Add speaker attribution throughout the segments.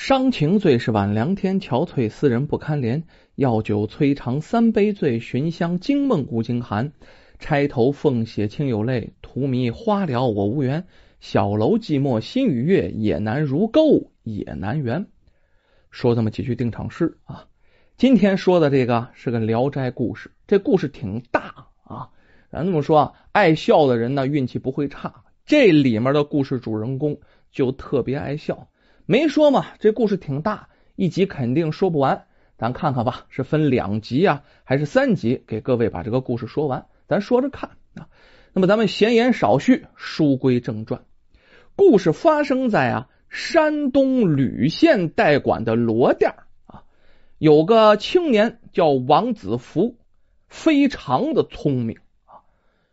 Speaker 1: 伤情最是晚凉天，憔悴思人不堪怜。药酒摧肠三杯醉，寻香惊梦古今寒。钗头凤血清有泪，荼蘼花了我无缘。小楼寂寞心与月，也难如钩也难圆。说这么几句定场诗啊。今天说的这个是个聊斋故事，这故事挺大啊。咱这么说，爱笑的人呢运气不会差，这里面的故事主人公就特别爱笑。没说嘛，这故事挺大，一集肯定说不完，咱看看吧，是分2集啊还是3集，给各位把这个故事说完，咱说着看啊。那么咱们闲言少叙，书归正传。故事发生在山东莒县代管的罗店啊，有个青年叫王子福，非常的聪明啊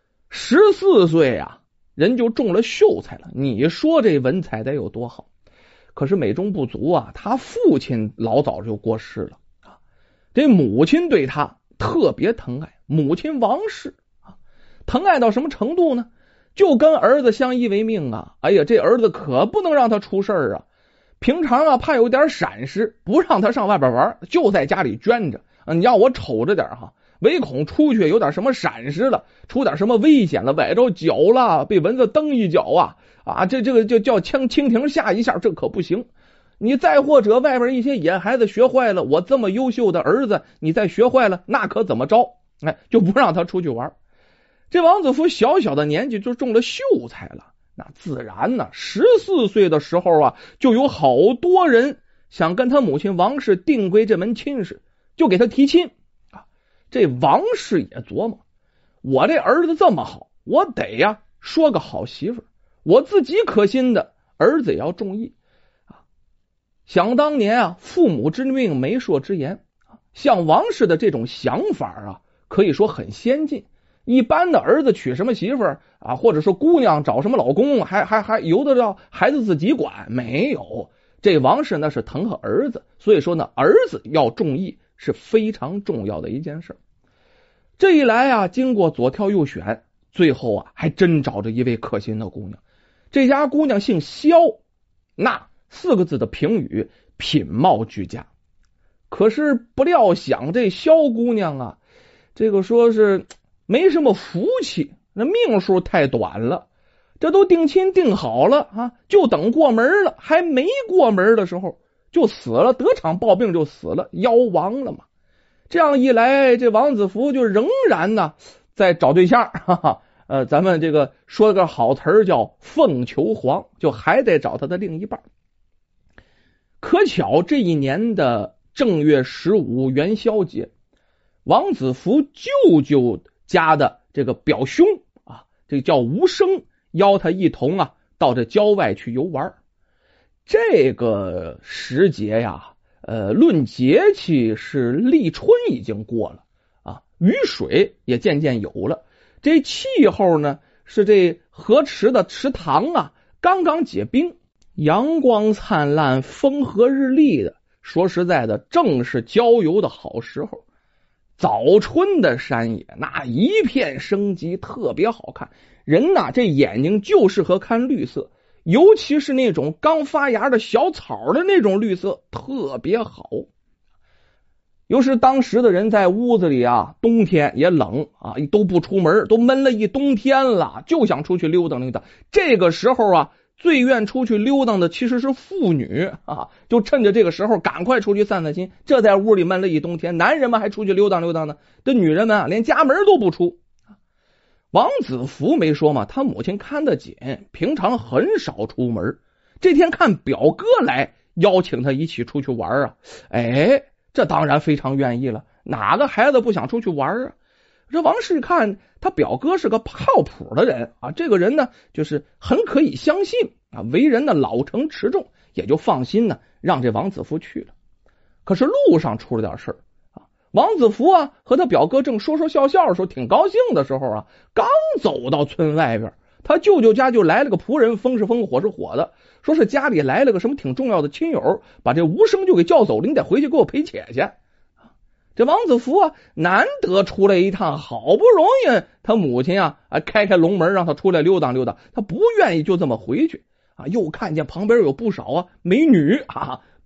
Speaker 1: ，14岁人就中了秀才了，你说这文采得有多好？可是美中不足啊，他父亲老早就过世了啊，这母亲对他特别疼爱，母亲王氏啊，疼爱到什么程度呢？就跟儿子相依为命啊！哎呀，这儿子可不能让他出事啊！平常怕有点闪失，不让他上外边玩，就在家里圈着。你让我瞅着点唯恐出去有点什么闪失了，出点什么危险了，崴着脚了，被蚊子蹬一脚这个就叫蜻蜓下一下，这可不行。你再或者外边一些野孩子学坏了，我这么优秀的儿子你再学坏了，那可怎么着？就不让他出去玩。这王子福小小的年纪就中了秀才了，那自然呢，14岁的时候就有好多人想跟他母亲王氏定归这门亲事，就给他提亲这王氏也琢磨，我这儿子这么好，我得说个好媳妇，我自己可心的，儿子也要中意想当年父母之命媒妁之言像王氏的这种想法可以说很先进。一般的儿子娶什么媳妇或者说姑娘找什么老公，还由得着孩子自己管？没有，这王氏呢是疼和儿子，所以说呢，儿子要中意是非常重要的一件事。这一来经过左挑右选，最后还真找着一位可心的姑娘。这家姑娘姓萧，那4个字的评语，品貌俱佳。可是不料想这萧姑娘这个说是没什么福气，那命数太短了，这都定亲定好了就等过门了，还没过门的时候就死了，得场暴病就死了，夭亡了嘛。这样一来，这王子福就仍然在找对象咱们这个说个好词儿叫凤求凰，就还得找他的另一半。可巧这一年的正月15元宵节，王子福舅舅家的这个表兄这个叫吴生，邀他一同到这郊外去游玩。这个时节论节气是立春已经过了雨水也渐渐有了，这气候呢是这河池的池塘刚刚结冰，阳光灿烂，风和日丽的，说实在的，正是郊游的好时候。早春的山野那一片生机，特别好看，人这眼睛就适合看绿色，尤其是那种刚发芽的小草的那种绿色特别好。又是当时的人在屋子里冬天也冷都不出门，都闷了一冬天了，就想出去溜达溜达。这个时候最愿出去溜达的其实是妇女就趁着这个时候赶快出去散散心。这在屋里闷了一冬天，男人们还出去溜达溜达呢，这女人们连家门都不出。王子福没说嘛，他母亲看得紧，平常很少出门。这天看表哥来邀请他一起出去玩这当然非常愿意了，哪个孩子不想出去玩这王氏看他表哥是个靠谱的人这个人呢就是很可以相信为人呢老成持重，也就放心呢让这王子福去了。可是路上出了点事王子福和他表哥正说说笑笑的时候，挺高兴的时候刚走到村外边，他舅舅家就来了个仆人，风是风火是火的，说是家里来了个什么挺重要的亲友，把这吴生就给叫走了，你得回去给我陪且去。这王子福难得出来一趟，好不容易他母亲开龙门让他出来溜达溜达，他不愿意就这么回去又看见旁边有不少美女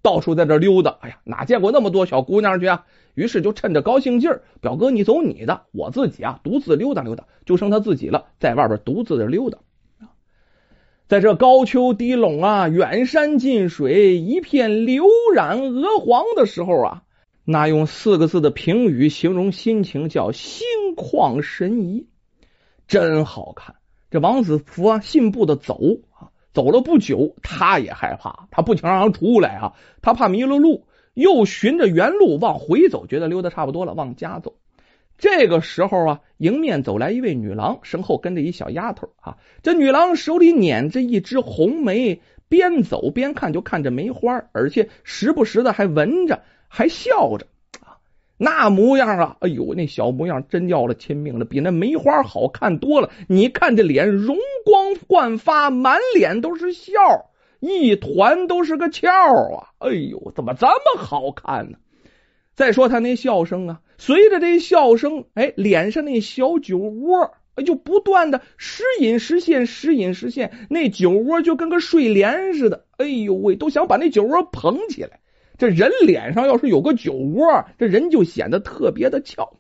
Speaker 1: 到处在这溜达。哎呀，哪见过那么多小姑娘去啊？于是就趁着高兴劲儿，表哥你走你的，我自己啊独自溜达溜达，就剩他自己了，在外边独自的溜达。在这高丘低垄啊，远山近水，一片流染鹅黄的时候啊，那用4个字的评语形容心情叫心旷神怡，真好看。这王子服啊信步的走啊，走了不久，他也害怕，他不想让人出来啊，他怕迷了路，又循着原路往回走，觉得溜达差不多了，往家走。这个时候啊，迎面走来一位女郎，身后跟着一小丫头啊。这女郎手里捻着一枝红梅，边走边看，就看着梅花，而且时不时的还闻着，还笑着啊。那模样啊，哎呦，那小模样真要了亲命了，比那梅花好看多了。你看这脸容光焕发，满脸都是笑，一团都是个翘啊！哎呦，怎么这么好看呢？再说他那笑声啊，随着这笑声，哎，脸上那小酒窝就不断的时隐时现，时隐时现，那酒窝就跟个睡莲似的。哎呦喂，都想把那酒窝捧起来。这人脸上要是有个酒窝，这人就显得特别的翘。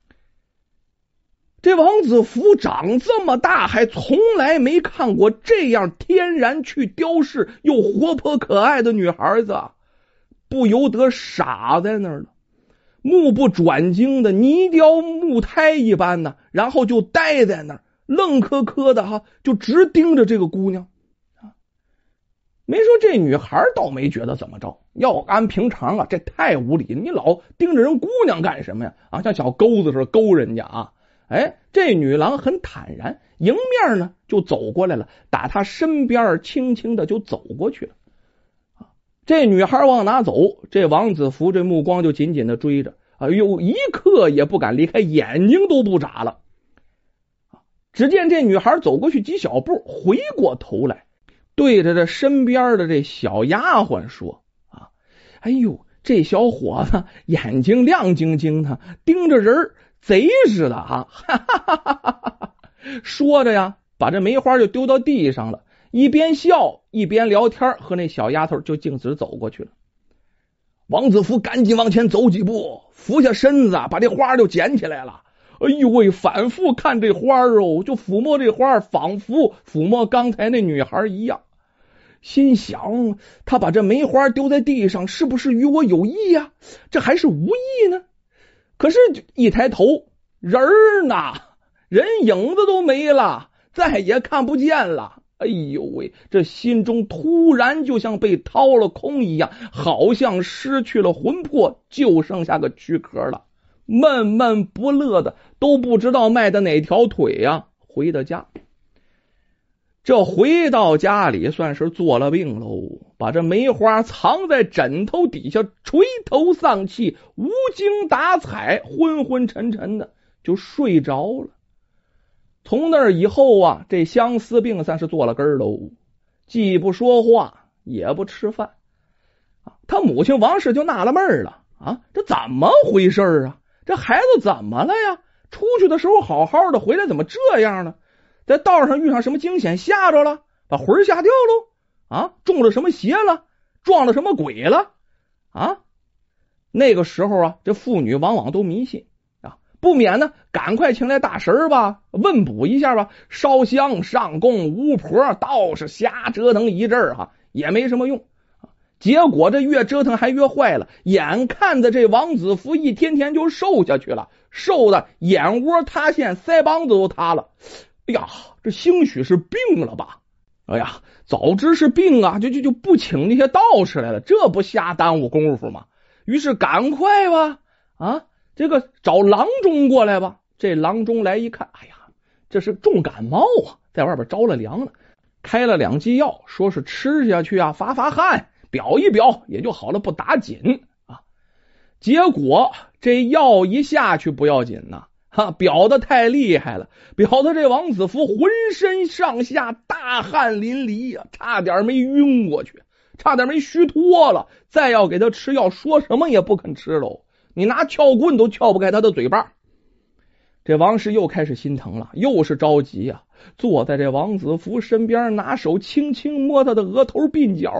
Speaker 1: 这王子服长这么大，还从来没看过这样天然去雕饰又活泼可爱的女孩子，不由得傻在那儿了。目不转睛的泥雕木胎一般呢，然后就呆在那儿，愣磕磕的哈，就直盯着这个姑娘。没说这女孩倒没觉得怎么着，要按平常啊，这太无理了，你老盯着人姑娘干什么呀？啊，像小钩子似的勾人家啊！哎，这女郎很坦然，迎面呢就走过来了，打她身边轻轻的就走过去了。这女孩往哪走，这王子服这目光就紧紧的追着，哎呦，一刻也不敢离开，眼睛都不眨了。只见这女孩走过去几小步，回过头来，对着这身边的这小丫鬟说：“啊，哎呦，这小伙子眼睛亮晶晶的，盯着人贼似的啊！”哈哈哈哈哈哈！说着呀，把这梅花就丢到地上了。一边笑一边聊天，和那小丫头就径直走过去了。王子服赶紧往前走几步，俯下身子把这花就捡起来了。哎呦喂，反复看这花哦，就抚摸这花，仿佛抚摸刚才那女孩一样。心想，他把这梅花丢在地上，是不是与我有意呀？这还是无意呢？可是一抬头，人儿呢？人影子都没了，再也看不见了。哎呦喂，这心中突然就像被掏了空一样，好像失去了魂魄，就剩下个躯壳了。闷闷不乐的，都不知道迈的哪条腿呀。回到家，这回到家里算是做了病喽，把这梅花藏在枕头底下，垂头丧气，无精打采，昏昏沉沉的就睡着了。从那以后啊，这相思病算是做了根喽，既不说话也不吃饭。他母亲王氏就纳了闷了啊，这怎么回事啊？这孩子怎么了呀？出去的时候好好的，回来怎么这样呢？在道上遇上什么惊险，吓着了，把魂吓掉喽？啊，中了什么邪了？撞了什么鬼了？啊，那个时候啊，这妇女往往都迷信。不免呢，赶快请来大神吧，问卜一下吧，烧香上供，巫婆道士瞎折腾一阵哈，也没什么用。结果这越折腾还越坏了，眼看着这王子服一天天就瘦下去了，瘦的眼窝塌陷，腮帮子都塌了。哎呀，这兴许是病了吧？哎呀，早知是病啊，就不请那些道士来了，这不瞎耽误功夫吗？于是赶快吧，啊！这个找郎中过来吧。这郎中来一看，哎呀，这是重感冒啊，在外边着了凉呢，开了2剂药，说是吃下去啊，发汗，表一表也就好了，不打紧啊。结果这药一下去不要紧呐，表的太厉害了，表的这王子服浑身上下大汗淋漓呀，差点没晕过去，差点没虚脱了。再要给他吃药，说什么也不肯吃喽。你拿撬棍都撬不开他的嘴巴。这王氏又开始心疼了，又是着急呀，坐在这王子服身边，拿手轻轻摸他的额头鬓角。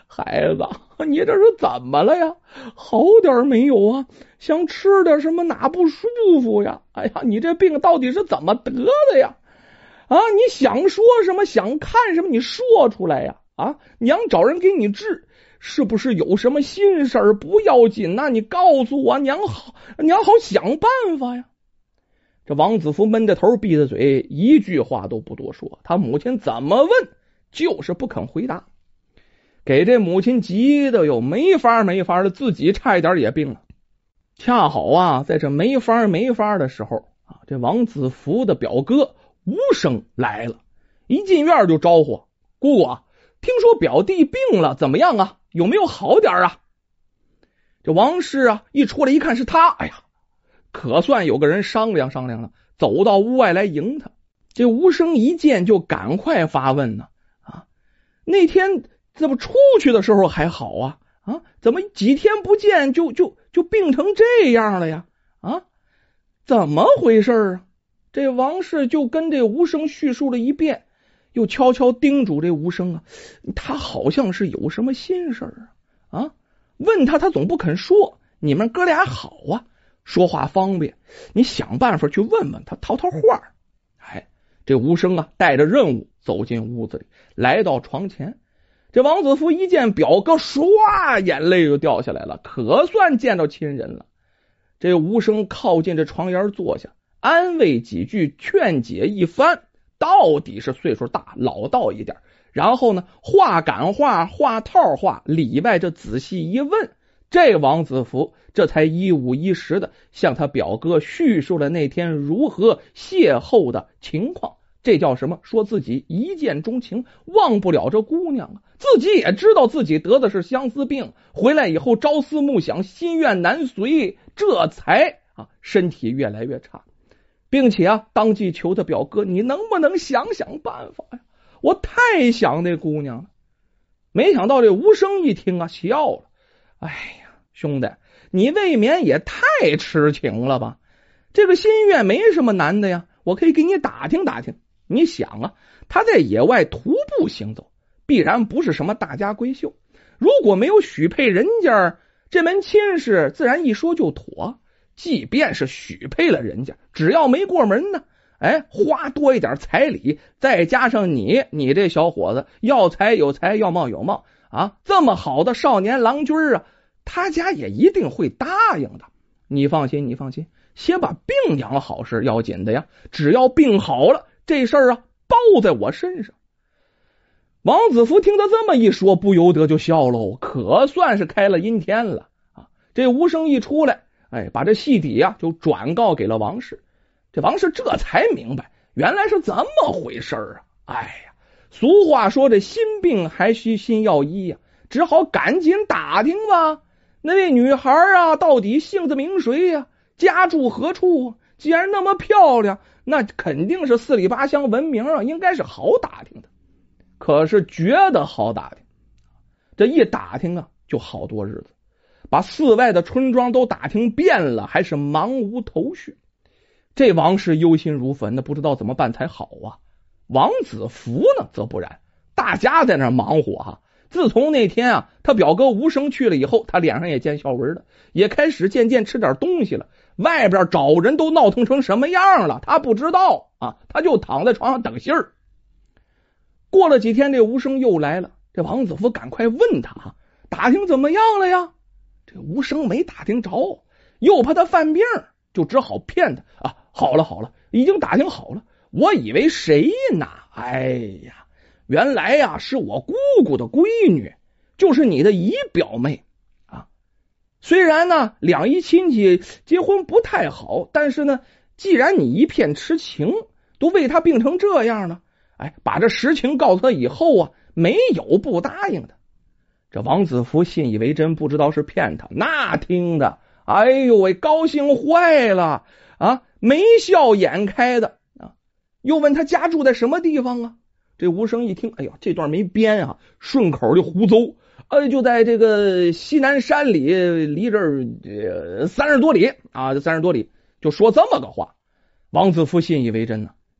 Speaker 1: 孩子，你这是怎么了呀？好点没有啊？想吃点什么哪不舒服呀？哎呀，你这病到底是怎么得的呀？啊，你想说什么想看什么你说出来呀？啊，娘找人给你治，是不是有什么心事儿？不要紧呐，你告诉我，娘好想办法呀。这王子服闷着头闭着嘴，一句话都不多说。他母亲怎么问就是不肯回答，给这母亲急的又没法的，自己差一点也病了。恰好啊，在这没法的时候啊，这王子服的表哥吴生来了，一进院就招呼：姑姑啊，听说表弟病了，怎么样啊？有没有好点啊？这王氏啊一出来一看是他，哎呀，可算有个人商量了，走到屋外来迎他。这吴生一见就赶快发问呢，啊，那天怎么出去的时候还好啊？啊，怎么几天不见就病成这样了呀？啊，怎么回事啊？这王氏就跟这吴生叙述了一遍，又悄悄叮嘱这吴生啊，他好像是有什么心事啊，问他总不肯说，你们哥俩好啊，说话方便，你想办法去问问他，套话。哎，这吴生啊带着任务走进屋子里，来到床前。这王子服一见表哥，唰，眼泪就掉下来了，可算见到亲人了。这吴生靠近这床沿坐下，安慰几句，劝解一番，到底是岁数大，老道一点。然后呢，话赶话，话套话，里外这仔细一问，这王子服这才一五一十的向他表哥叙述了那天如何邂逅的情况。这叫什么？说自己一见钟情，忘不了这姑娘啊！自己也知道自己得的是相思病，回来以后朝思暮想，心愿难随，这才身体越来越差，并且当即求他表哥，你能不能想想办法呀？我太想那姑娘了。没想到这吴生一听笑了，哎呀，兄弟，你未免也太痴情了吧？这个心愿没什么难的呀，我可以给你打听打听。你想他在野外徒步行走，必然不是什么大家闺秀，如果没有许配人家，这门亲事自然一说就妥。即便是许配了人家，只要没过门呢，花多一点彩礼，再加上你这小伙子要财有财，要貌有貌这么好的少年郎君他家也一定会答应的。你放心，先把病养好是要紧的呀，只要病好了，这事儿包在我身上。王子服听他这么一说，不由得就笑喽，可算是开了阴天了这吴生一出来，把这戏底就转告给了王氏。这王氏这才明白，原来是这么回事俗话说这心病还需心药医只好赶紧打听吧。那位女孩到底姓字名谁家住何处？既然那么漂亮，那肯定是四里八乡闻名应该是好打听的。可是觉得好打听，这一打听就好多日子，把四外的村庄都打听遍了，还是茫无头绪。这王氏忧心如焚的，不知道怎么办才好王子服呢则不然，大家在那忙活自从那天他表哥吴生去了以后，他脸上也见笑纹了，也开始渐渐吃点东西了。外边找人都闹腾成什么样了，他不知道他就躺在床上等信儿。过了几天，这吴生又来了，这王子服赶快问他打听怎么样了呀？这吴生没打听着，又怕他犯病，就只好骗他好了，已经打听好了。我以为谁呢？哎呀，原来是我姑姑的闺女，就是你的姨表妹虽然呢两姨亲戚结婚不太好，但是呢既然你一片痴情，都为他病成这样了，把这实情告诉他以后没有不答应的。这王子服信以为真，不知道是骗他，那听的哎呦喂，高兴坏了眉笑眼开的又问他家住在什么地方这吴生一听，哎呦，这段没编顺口就胡诌就在这个西南山里，离这儿30多里30多里，就说这么个话。王子服信以为真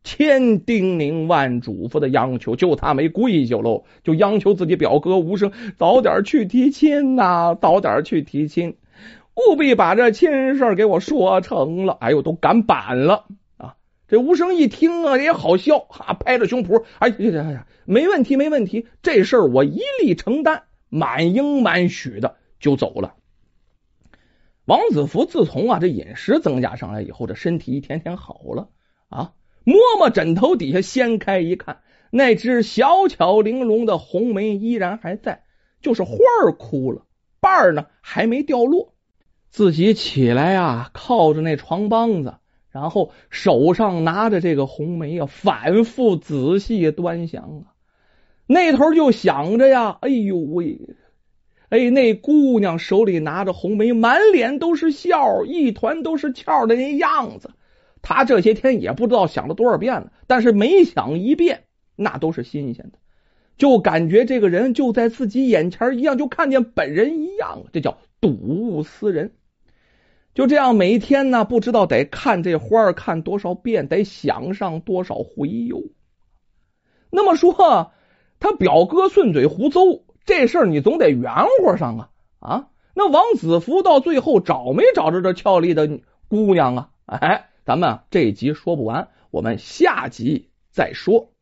Speaker 1: 千叮咛万嘱咐的央求，就他没跪下喽，就央求自己表哥吴生早点去提亲呐，早点去提亲，务必把这亲事给我说成了。哎呦，都赶板了啊！这吴生一听啊，也好笑哈，拍着胸脯，哎呀，没问题，没问题，这事儿我一力承担，满应满许的就走了。王子服自从这饮食增加上来以后，这身体一天天好了啊。摸摸枕头底下，掀开一看，那只小巧玲珑的红梅依然还在，就是花儿枯了，瓣儿呢还没掉落。自己起来靠着那床帮子，然后手上拿着这个红梅反复仔细端详那头就想着哎呦喂，那姑娘手里拿着红梅，满脸都是笑，一团都是俏的那样子。他这些天也不知道想了多少遍了，但是每想一遍那都是新鲜的，就感觉这个人就在自己眼前一样，就看见本人一样，这叫睹物思人。就这样每天呢，不知道得看这花看多少遍，得想上多少回哟。那么说他表哥顺嘴胡诌，这事儿你总得圆乎上啊。那王子服到最后找没找着这俏丽的姑娘咱们这一集说不完，我们下集再说。